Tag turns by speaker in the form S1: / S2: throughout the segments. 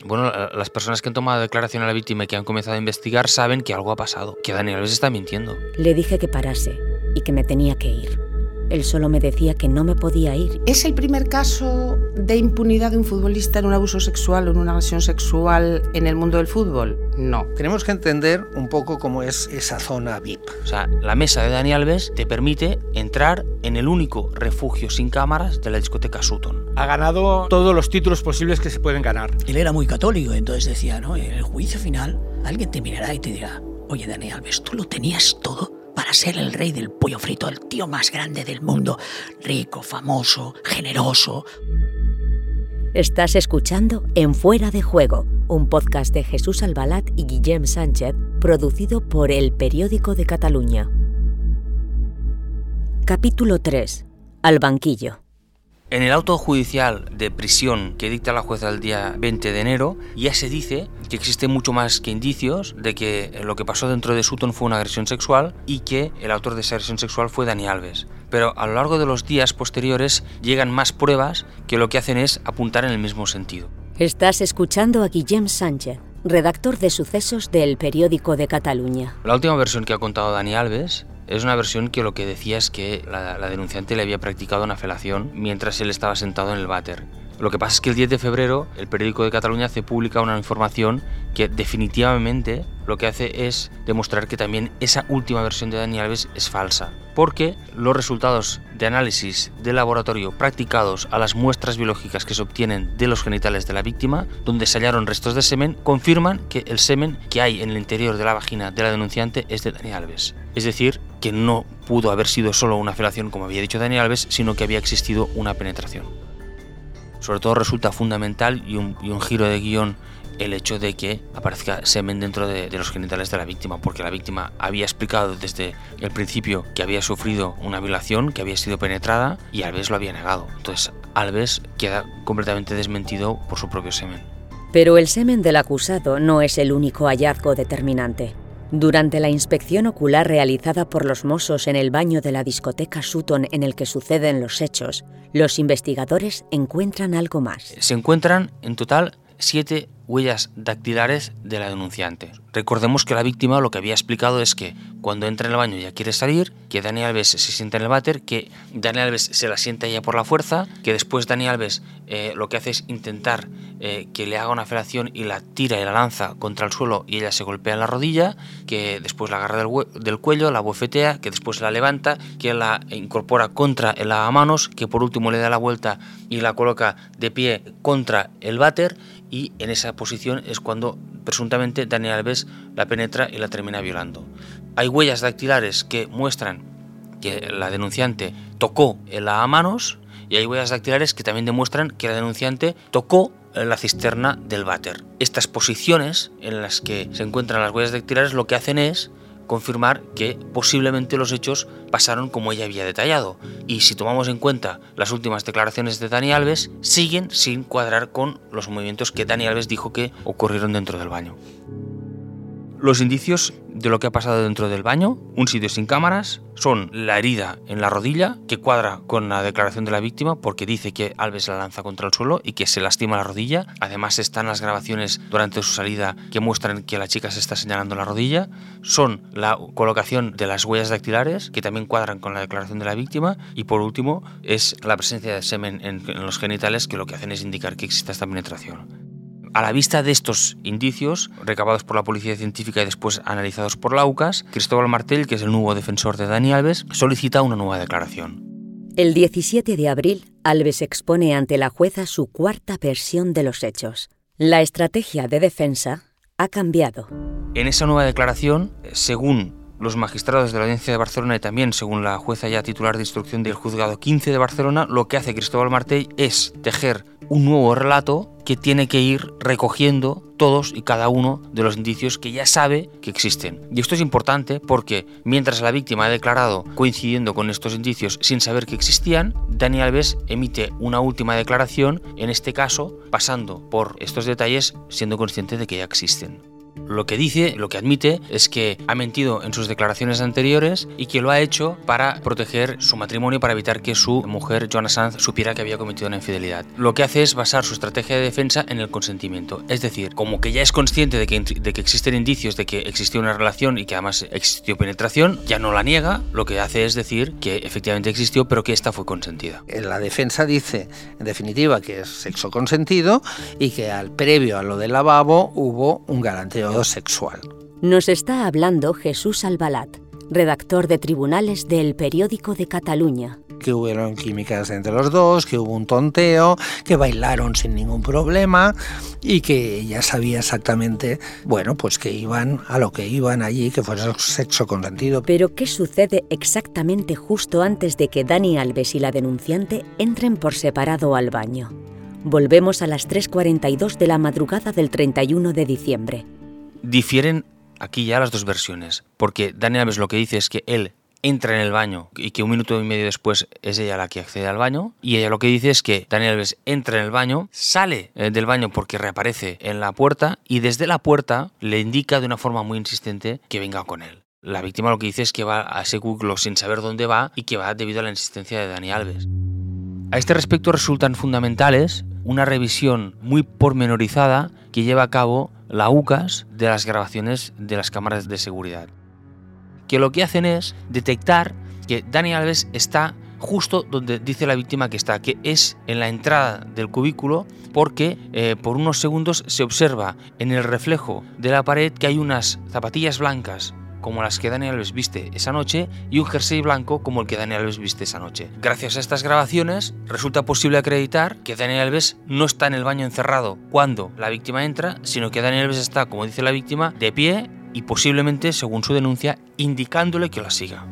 S1: Bueno, las personas que han tomado declaración a la víctima y que han comenzado a investigar saben que algo ha pasado, que Dani Alves está mintiendo.
S2: Le dije que parase y que me tenía que ir. Él solo me decía que no me podía ir.
S3: ¿Es el primer caso de impunidad de un futbolista en un abuso sexual o en una agresión sexual en el mundo del fútbol? No.
S4: Tenemos que entender un poco cómo es esa zona VIP.
S1: O sea, la mesa de Dani Alves te permite entrar en el único refugio sin cámaras de la discoteca Sutton.
S5: Ha ganado todos los títulos posibles que se pueden ganar.
S6: Él era muy católico, entonces decía, ¿no? En el juicio final alguien te mirará y te dirá: oye, Dani Alves, tú lo tenías todo para ser el rey del pollo frito, el tío más grande del mundo, rico, famoso, generoso.
S2: Estás escuchando En Fuera de Juego, un podcast de Jesús Albalat y Guillem Sánchez, producido por El Periódico de Cataluña. Capítulo 3. Al banquillo.
S1: En el auto judicial de prisión que dicta la jueza el día 20 de enero, ya se dice que existe mucho más que indicios de que lo que pasó dentro de Sutton fue una agresión sexual y que el autor de esa agresión sexual fue Dani Alves. Pero a lo largo de los días posteriores llegan más pruebas que lo que hacen es apuntar en el mismo sentido.
S2: Estás escuchando a Guillem Sánchez, redactor de sucesos de El Periódico de Cataluña.
S1: La última versión que ha contado Dani Alves es una versión que lo que decía es que la denunciante le había practicado una felación mientras él estaba sentado en el váter. Lo que pasa es que el 10 de febrero el Periódico de Cataluña hace pública una información que definitivamente lo que hace es demostrar que también esa última versión de Dani Alves es falsa, porque los resultados de análisis de laboratorio practicados a las muestras biológicas que se obtienen de los genitales de la víctima, donde se hallaron restos de semen, confirman que el semen que hay en el interior de la vagina de la denunciante es de Dani Alves. Es decir, que no pudo haber sido solo una felación como había dicho Dani Alves, sino que había existido una penetración. Sobre todo resulta fundamental y un giro de guión el hecho de que aparezca semen dentro de los genitales de la víctima, porque la víctima había explicado desde el principio que había sufrido una violación, que había sido penetrada, y Alves lo había negado. Entonces Alves queda completamente desmentido por su propio semen.
S2: Pero el semen del acusado no es el único hallazgo determinante. Durante la inspección ocular realizada por los Mossos en el baño de la discoteca Sutton en el que suceden los hechos, los investigadores encuentran algo más.
S1: Se encuentran en total 7 huellas dactilares de la denunciante. Recordemos que la víctima lo que había explicado es que cuando entra en el baño ya quiere salir, que Dani Alves se sienta en el váter, que Dani Alves se la sienta ella por la fuerza, que después Dani Alves lo que hace es intentar que le haga una felación y la tira y la lanza contra el suelo y ella se golpea en la rodilla, que después la agarra del cuello, la bofetea, que después la levanta, que la incorpora contra el lavamanos, que por último le da la vuelta y la coloca de pie contra el váter, y en esa posición es cuando presuntamente Dani Alves la penetra y la termina violando. Hay huellas dactilares que muestran que la denunciante tocó el lavamanos y hay huellas dactilares que también demuestran que la denunciante tocó la cisterna del váter. Estas posiciones en las que se encuentran las huellas dactilares lo que hacen es confirmar que posiblemente los hechos pasaron como ella había detallado, y si tomamos en cuenta las últimas declaraciones de Dani Alves, siguen sin cuadrar con los movimientos que Dani Alves dijo que ocurrieron dentro del baño. Los indicios de lo que ha pasado dentro del baño, un sitio sin cámaras, son la herida en la rodilla, que cuadra con la declaración de la víctima porque dice que Alves la lanza contra el suelo y que se lastima la rodilla. Además están las grabaciones durante su salida que muestran que la chica se está señalando la rodilla. Son la colocación de las huellas dactilares, que también cuadran con la declaración de la víctima. Y por último es la presencia de semen en los genitales, que lo que hacen es indicar que existe esta penetración. A la vista de estos indicios, recabados por la Policía Científica y después analizados por la UCAS, Cristóbal Martell, que es el nuevo defensor de Dani Alves, solicita una nueva declaración.
S2: El 17 de abril, Alves expone ante la jueza su cuarta versión de los hechos. La estrategia de defensa ha cambiado.
S1: En esa nueva declaración, según los magistrados de la Audiencia de Barcelona y también según la jueza ya titular de instrucción del Juzgado 15 de Barcelona, lo que hace Cristóbal Martell es tejer un nuevo relato que tiene que ir recogiendo todos y cada uno de los indicios que ya sabe que existen. Y esto es importante porque mientras la víctima ha declarado coincidiendo con estos indicios sin saber que existían, Dani Alves emite una última declaración, en este caso pasando por estos detalles siendo consciente de que ya existen. Lo que dice, lo que admite, es que ha mentido en sus declaraciones anteriores y que lo ha hecho para proteger su matrimonio, para evitar que su mujer, Joanna Sanz, supiera que había cometido una infidelidad. Lo que hace es basar su estrategia de defensa en el consentimiento. Es decir, como que ya es consciente de que existen indicios de que existió una relación y que además existió penetración, ya no la niega, lo que hace es decir que efectivamente existió, pero que esta fue consentida.
S4: La defensa dice, en definitiva, que es sexo consentido y que previo a lo del lavabo hubo un galanteo sexual.
S2: Nos está hablando Jesús Albalat, redactor de tribunales del Periódico de Cataluña.
S4: Que hubieron químicas entre los dos, que hubo un tonteo, que bailaron sin ningún problema y que ella sabía exactamente, bueno, pues que iban a lo que iban allí, que fuera sexo consentido.
S2: Pero ¿qué sucede exactamente justo antes de que Dani Alves y la denunciante entren por separado al baño? Volvemos a las 3:42 de la madrugada del 31 de diciembre.
S1: Difieren aquí ya las dos versiones, porque Dani Alves lo que dice es que él entra en el baño y que 1 minuto y medio después es ella la que accede al baño, y ella lo que dice es que Dani Alves entra en el baño, sale del baño porque reaparece en la puerta y desde la puerta le indica de una forma muy insistente que venga con él. La víctima lo que dice es que va a ese cuclo sin saber dónde va y que va debido a la insistencia de Dani Alves. A este respecto resultan fundamentales una revisión muy pormenorizada que lleva a cabo la UCAS de las grabaciones de las cámaras de seguridad, que lo que hacen es detectar que Dani Alves está justo donde dice la víctima que está, que es en la entrada del cubículo, porque por unos segundos se observa en el reflejo de la pared que hay unas zapatillas blancas como las que Dani Alves viste esa noche y un jersey blanco como el que Dani Alves viste esa noche. Gracias a estas grabaciones resulta posible acreditar que Dani Alves no está en el baño encerrado cuando la víctima entra, sino que Dani Alves está, como dice la víctima, de pie y posiblemente, según su denuncia, indicándole que la siga.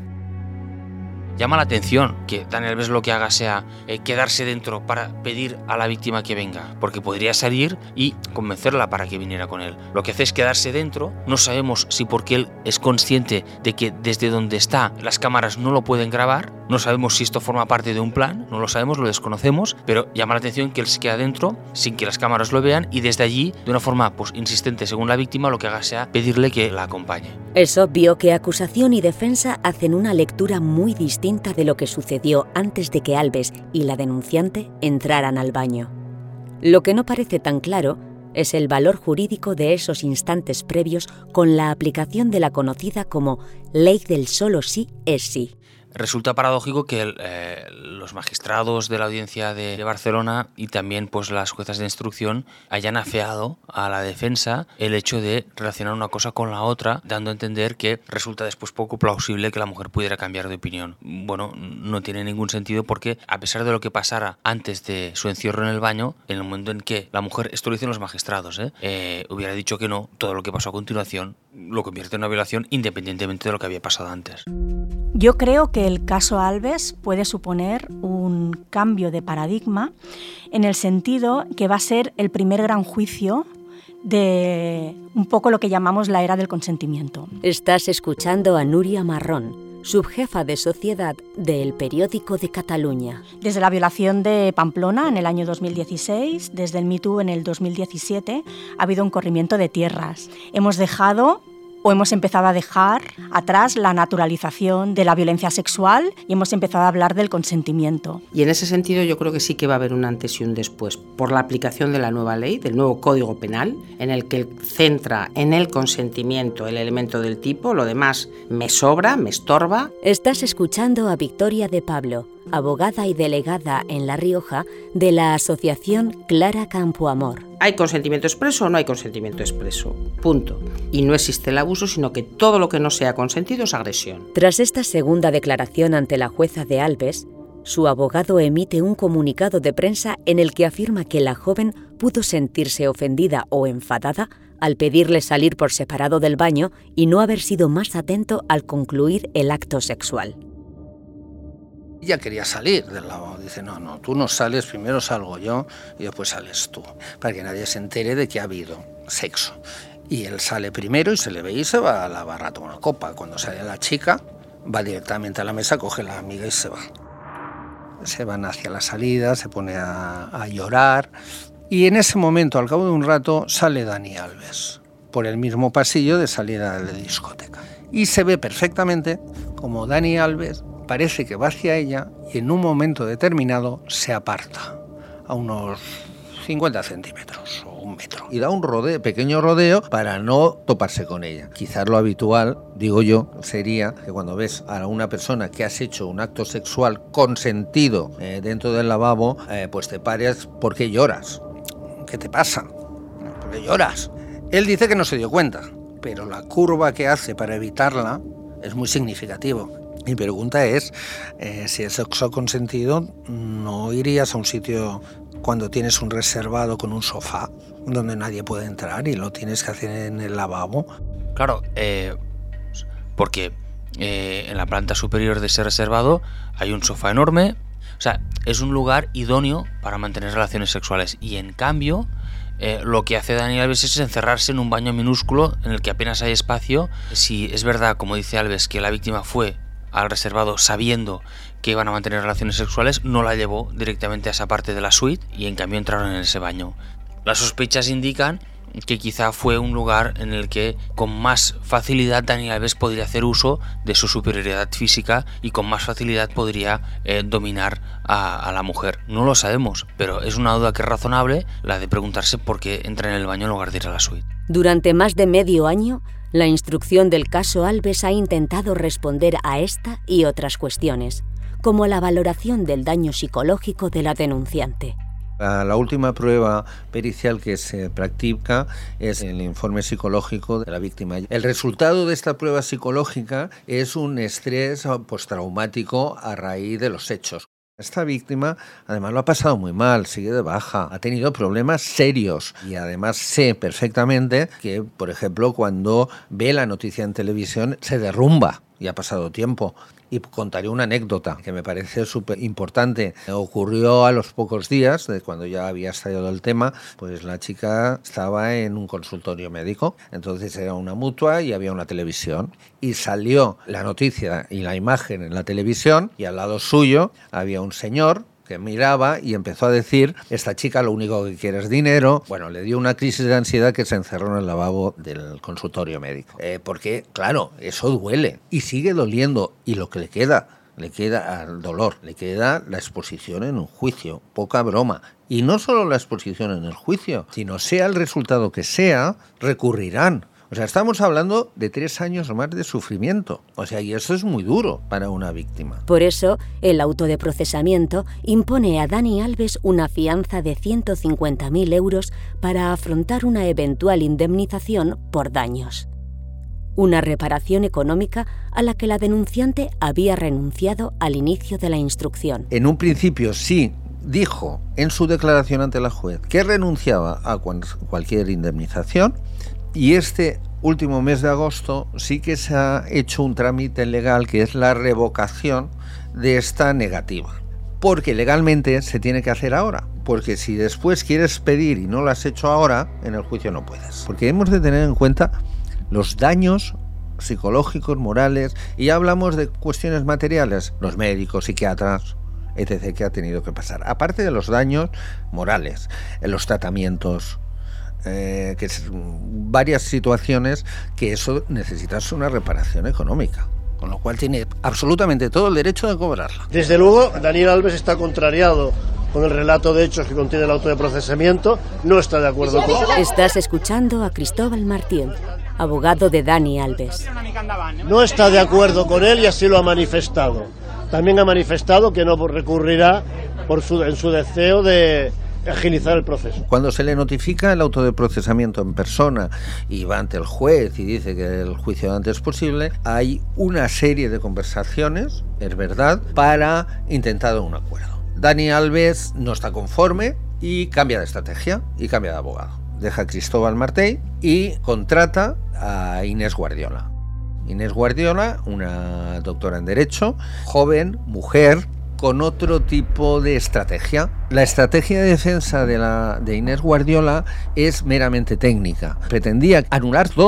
S1: Llama la atención que Dani Alves lo que haga sea quedarse dentro para pedir a la víctima que venga, porque podría salir y convencerla para que viniera con él. Lo que hace es quedarse dentro, no sabemos si porque él es consciente de que desde donde está las cámaras no lo pueden grabar, no sabemos si esto forma parte de un plan, no lo sabemos, lo desconocemos, pero llama la atención que él se queda dentro sin que las cámaras lo vean y desde allí, de una forma insistente según la víctima, lo que haga sea pedirle que la acompañe.
S2: Es obvio que acusación y defensa hacen una lectura muy distinta de lo que sucedió antes de que Alves y la denunciante entraran al baño. Lo que no parece tan claro es el valor jurídico de esos instantes previos con la aplicación de la conocida como ley del solo sí es sí.
S1: Resulta paradójico que los magistrados de la audiencia de Barcelona y también las juezas de instrucción hayan afeado a la defensa el hecho de relacionar una cosa con la otra, dando a entender que resulta después poco plausible que la mujer pudiera cambiar de opinión. Bueno, no tiene ningún sentido porque a pesar de lo que pasara antes de su encierro en el baño, en el momento en que la mujer, esto lo dicen los magistrados, hubiera dicho que no, todo lo que pasó a continuación lo convierte en una violación independientemente de lo que había pasado antes.
S7: Yo creo que el caso Alves puede suponer un cambio de paradigma en el sentido que va a ser el primer gran juicio de un poco lo que llamamos la era del consentimiento.
S2: Estás escuchando a Núria Marrón, subjefa de sociedad del Periódico de Cataluña.
S7: Desde la violación de Pamplona en el año 2016, desde el Me Too en el 2017, ha habido un corrimiento de tierras. Hemos empezado a dejar atrás la naturalización de la violencia sexual y hemos empezado a hablar del consentimiento.
S3: Y en ese sentido yo creo que sí que va a haber un antes y un después por la aplicación de la nueva ley, del nuevo Código Penal, en el que centra en el consentimiento el elemento del tipo, lo demás me sobra, me estorba.
S2: Estás escuchando a Victoria de Pablo, abogada y delegada en La Rioja de la asociación Clara Campoamor.
S3: ¿Hay consentimiento expreso o no hay consentimiento expreso? Punto. Y no existe el abuso, sino que todo lo que no sea consentido es agresión.
S2: Tras esta segunda declaración ante la jueza de Alves, su abogado emite un comunicado de prensa en el que afirma que la joven pudo sentirse ofendida o enfadada al pedirle salir por separado del baño y no haber sido más atento al concluir el acto sexual.
S4: Ella quería salir del lavabo. Dice, no, tú no sales, primero salgo yo y después sales tú, para que nadie se entere de que ha habido sexo. Y él sale primero y se le ve y se va a la barra a tomar una copa. Cuando sale la chica, va directamente a la mesa, coge a la amiga y se va. Se van hacia la salida, se pone a llorar. Y en ese momento, al cabo de un rato, sale Dani Alves. por el mismo pasillo de salida de la discoteca. Y se ve perfectamente como Dani Alves parece que va hacia ella y en un momento determinado se aparta a unos 50 centímetros o 1 metro.
S8: Y da un pequeño rodeo para no toparse con ella. Quizás lo habitual, digo yo, sería que cuando ves a una persona que has hecho un acto sexual consentido dentro del lavabo, pues te pares porque lloras.
S4: ¿Qué te pasa? ¿Por qué lloras? Él dice que no se dio cuenta, pero la curva que hace para evitarla es muy significativo. Mi pregunta es, si es sexo consentido, ¿no irías a un sitio cuando tienes un reservado con un sofá donde nadie puede entrar y lo tienes que hacer en el lavabo?
S1: Claro, porque en la planta superior de ese reservado hay un sofá enorme, o sea, es un lugar idóneo para mantener relaciones sexuales y en cambio lo que hace Dani Alves es encerrarse en un baño minúsculo en el que apenas hay espacio. Si es verdad, como dice Alves, que la víctima fue al reservado sabiendo que iban a mantener relaciones sexuales, no la llevó directamente a esa parte de la suite y en cambio entraron en ese baño. Las sospechas indican que quizá fue un lugar en el que con más facilidad Dani Alves podría hacer uso de su superioridad física y con más facilidad podría dominar a la mujer. No lo sabemos, pero es una duda que es razonable la de preguntarse por qué entra en el baño en lugar de ir a la suite.
S2: Durante más de medio año, la instrucción del caso Alves ha intentado responder a esta y otras cuestiones, como la valoración del daño psicológico de la denunciante.
S8: La última prueba pericial que se practica es el informe psicológico de la víctima. El resultado de esta prueba psicológica es un estrés postraumático a raíz de los hechos. Esta víctima además lo ha pasado muy mal, sigue de baja, ha tenido problemas serios y además sé perfectamente que, por ejemplo, cuando ve la noticia en televisión se derrumba y ha pasado tiempo. Y contaré una anécdota que me parece súper importante. Ocurrió a los pocos días, de cuando ya había estallado el tema, pues la chica estaba en un consultorio médico, entonces era una mutua y había una televisión. Y salió la noticia y la imagen en la televisión y al lado suyo había un señor que miraba y empezó a decir, esta chica lo único que quiere es dinero. Bueno, le dio una crisis de ansiedad que se encerró en el lavabo del consultorio médico. Porque, claro, eso duele y sigue doliendo y lo que le queda al dolor, le queda la exposición en un juicio, poca broma. Y no solo la exposición en el juicio, sino sea el resultado que sea, recurrirán. O sea, estamos hablando de 3 años más de sufrimiento. O sea, y eso es muy duro para una víctima.
S2: Por eso, el auto de procesamiento impone a Dani Alves una fianza de 150.000 euros para afrontar una eventual indemnización por daños. Una reparación económica a la que la denunciante había renunciado al inicio de la instrucción.
S8: En un principio sí dijo en su declaración ante la juez que renunciaba a cualquier indemnización. Y este último mes de agosto sí que se ha hecho un trámite legal que es la revocación de esta negativa. Porque legalmente se tiene que hacer ahora. Porque si después quieres pedir y no lo has hecho ahora, en el juicio no puedes. Porque hemos de tener en cuenta los daños psicológicos, morales, y ya hablamos de cuestiones materiales, los médicos, psiquiatras, etc., que ha tenido que pasar. Aparte de los daños morales, en los tratamientos, que es varias situaciones que eso necesitas una reparación económica,
S4: con lo cual tiene absolutamente todo el derecho de cobrarla.
S9: Desde luego, Daniel Alves está contrariado con el relato de hechos que contiene el auto de procesamiento, no está de acuerdo con...
S2: Estás escuchando a Cristóbal Martín, abogado de Dani Alves.
S9: No está de acuerdo con él y así lo ha manifestado. También ha manifestado que no recurrirá en su deseo de agilizar el proceso.
S8: Cuando se le notifica el auto de procesamiento en persona y va ante el juez y dice que el juicio lo antes posible, hay una serie de conversaciones, es verdad, para intentar un acuerdo. Dani Alves no está conforme y cambia de estrategia y cambia de abogado. Deja a Cristóbal Martell y contrata a Inés Guardiola. Inés Guardiola, una doctora en Derecho, joven, mujer, con otro tipo de estrategia. La estrategia de defensa de Inés Guardiola es meramente técnica. Pretendía anular todo,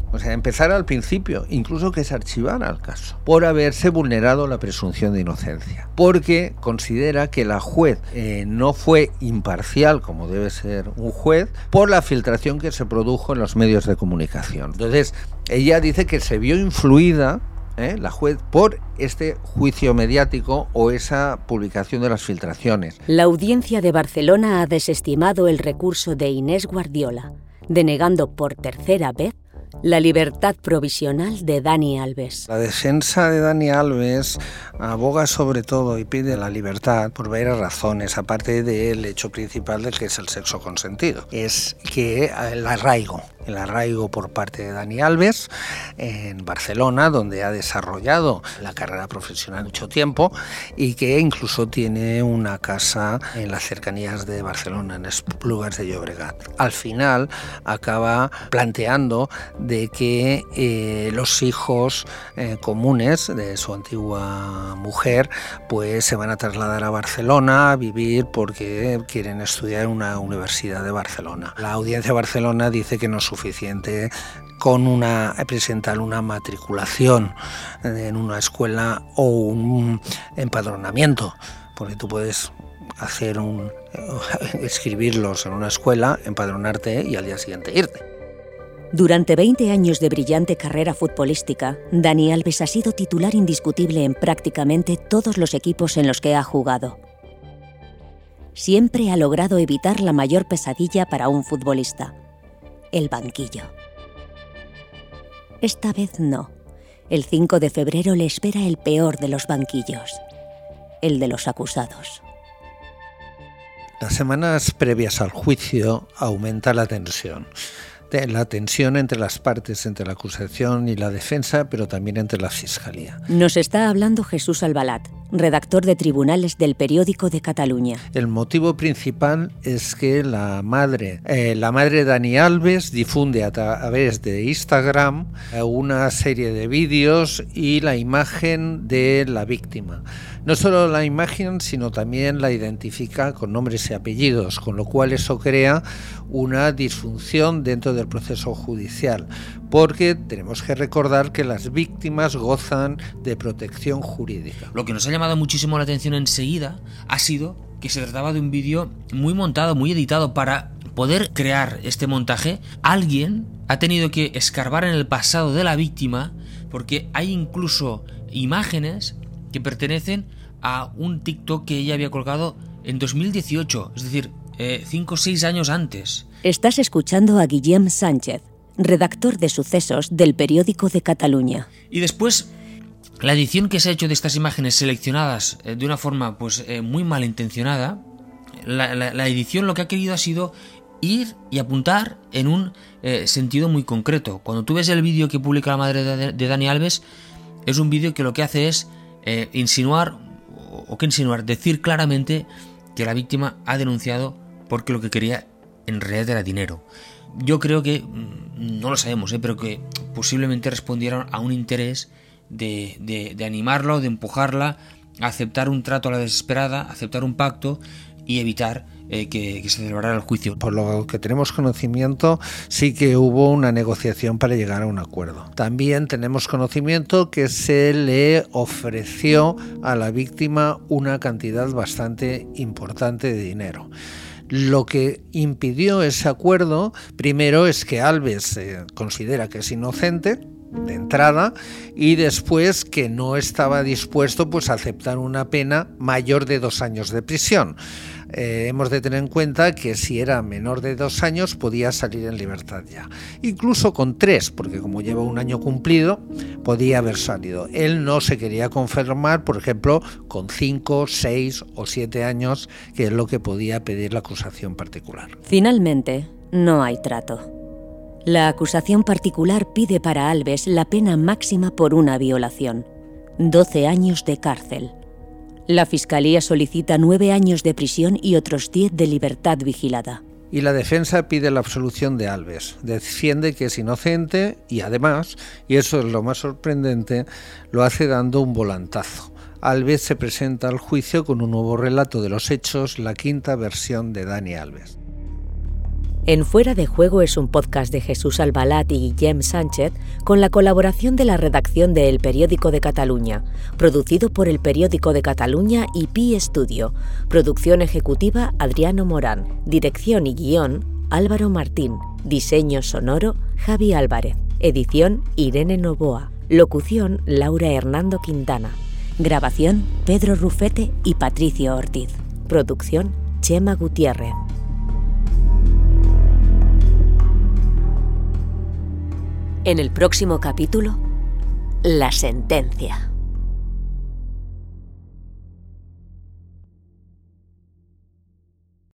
S8: O sea, empezar al principio, incluso que se archivara el caso, por haberse vulnerado la presunción de inocencia, porque considera que la juez no fue imparcial, como debe ser un juez, por la filtración que se produjo en los medios de comunicación. Entonces, ella dice que se vio influida, la juez, por este juicio mediático o esa publicación de las filtraciones.
S2: La Audiencia de Barcelona ha desestimado el recurso de Inés Guardiola, denegando por tercera vez la libertad provisional de Dani Alves.
S4: La defensa de Dani Alves aboga sobre todo y pide la libertad por varias razones, aparte del hecho principal del que es el sexo consentido. Es que el arraigo por parte de Dani Alves en Barcelona, donde ha desarrollado la carrera profesional mucho tiempo y que incluso tiene una casa en las cercanías de Barcelona, en Esplugas de Llobregat. Al final acaba planteando de que los hijos comunes de su antigua mujer pues se van a trasladar a Barcelona a vivir porque quieren estudiar en una universidad de Barcelona. La Audiencia de Barcelona dice que no es suficiente con presentar una matriculación en una escuela o un empadronamiento, porque tú puedes escribirlos en una escuela, empadronarte y al día siguiente irte.
S2: Durante 20 años de brillante carrera futbolística, Dani Alves ha sido titular indiscutible en prácticamente todos los equipos en los que ha jugado. Siempre ha logrado evitar la mayor pesadilla para un futbolista: el banquillo. Esta vez no. El 5 de febrero le espera el peor de los banquillos: el de los acusados.
S4: Las semanas previas al juicio aumenta la tensión. La tensión entre las partes, entre la acusación y la defensa, pero también entre la fiscalía.
S2: Nos está hablando Jesús Albalat, redactor de Tribunales del Periódico de Cataluña.
S4: El motivo principal es que la madre de Dani Alves difunde a través de Instagram una serie de vídeos y la imagen de la víctima. No solo la imagen, sino también la identifica con nombres y apellidos, con lo cual eso crea una disfunción dentro del proceso judicial, porque tenemos que recordar que las víctimas gozan de protección jurídica.
S1: Lo que nos ha llamado muchísimo la atención enseguida ha sido que se trataba de un vídeo muy montado, muy editado. Para poder crear este montaje, alguien ha tenido que escarbar en el pasado de la víctima, porque hay incluso imágenes que pertenecen a un TikTok que ella había colgado en 2018, es decir, 5 o 6 años antes.
S2: Estás escuchando a Guillem Sánchez, redactor de sucesos del Periódico de Cataluña.
S1: Y después, la edición que se ha hecho de estas imágenes seleccionadas de una forma muy malintencionada, la edición lo que ha querido ha sido ir y apuntar en un sentido muy concreto. Cuando tú ves el vídeo que publica la madre de Dani Alves, es un vídeo que lo que hace es decir claramente que la víctima ha denunciado porque lo que quería en realidad era dinero. Yo creo que, no lo sabemos, pero que posiblemente respondieron a un interés de animarla o de empujarla a aceptar un trato a la desesperada, a aceptar un pacto y evitar que se celebrara el juicio.
S4: Por lo que tenemos conocimiento, sí que hubo una negociación para llegar a un acuerdo. También tenemos conocimiento que se le ofreció a la víctima una cantidad bastante importante de dinero. Lo que impidió ese acuerdo, primero, es que Alves considera que es inocente de entrada, y después que no estaba dispuesto a aceptar una pena mayor de 2 años de prisión. Hemos de tener en cuenta que si era menor de 2 años podía salir en libertad ya, incluso con 3, porque como lleva 1 año cumplido podía haber salido. Él no se quería conformar, por ejemplo, con 5, 6 o 7 años, que es lo que podía pedir la acusación particular.
S2: Finalmente, no hay trato. La acusación particular pide para Alves la pena máxima por una violación: 12 años de cárcel. La Fiscalía solicita 9 años de prisión y otros 10 de libertad vigilada.
S4: Y la defensa pide la absolución de Alves. Defiende que es inocente y además, y eso es lo más sorprendente, lo hace dando un volantazo. Alves se presenta al juicio con un nuevo relato de los hechos, la 5ª versión de Dani Alves.
S2: En Fuera de Juego es un podcast de Jesús Albalat y Guillem Sánchez con la colaboración de la redacción de El Periódico de Cataluña, producido por El Periódico de Cataluña y Pi Studio. Producción ejecutiva Adriano Morán. Dirección y guión Álvaro Martín. Diseño sonoro Javi Álvarez. Edición Irene Novoa. Locución Laura Hernando Quintana. Grabación Pedro Rufete y Patricio Ortiz. Producción Chema Gutiérrez. En el próximo capítulo, la sentencia.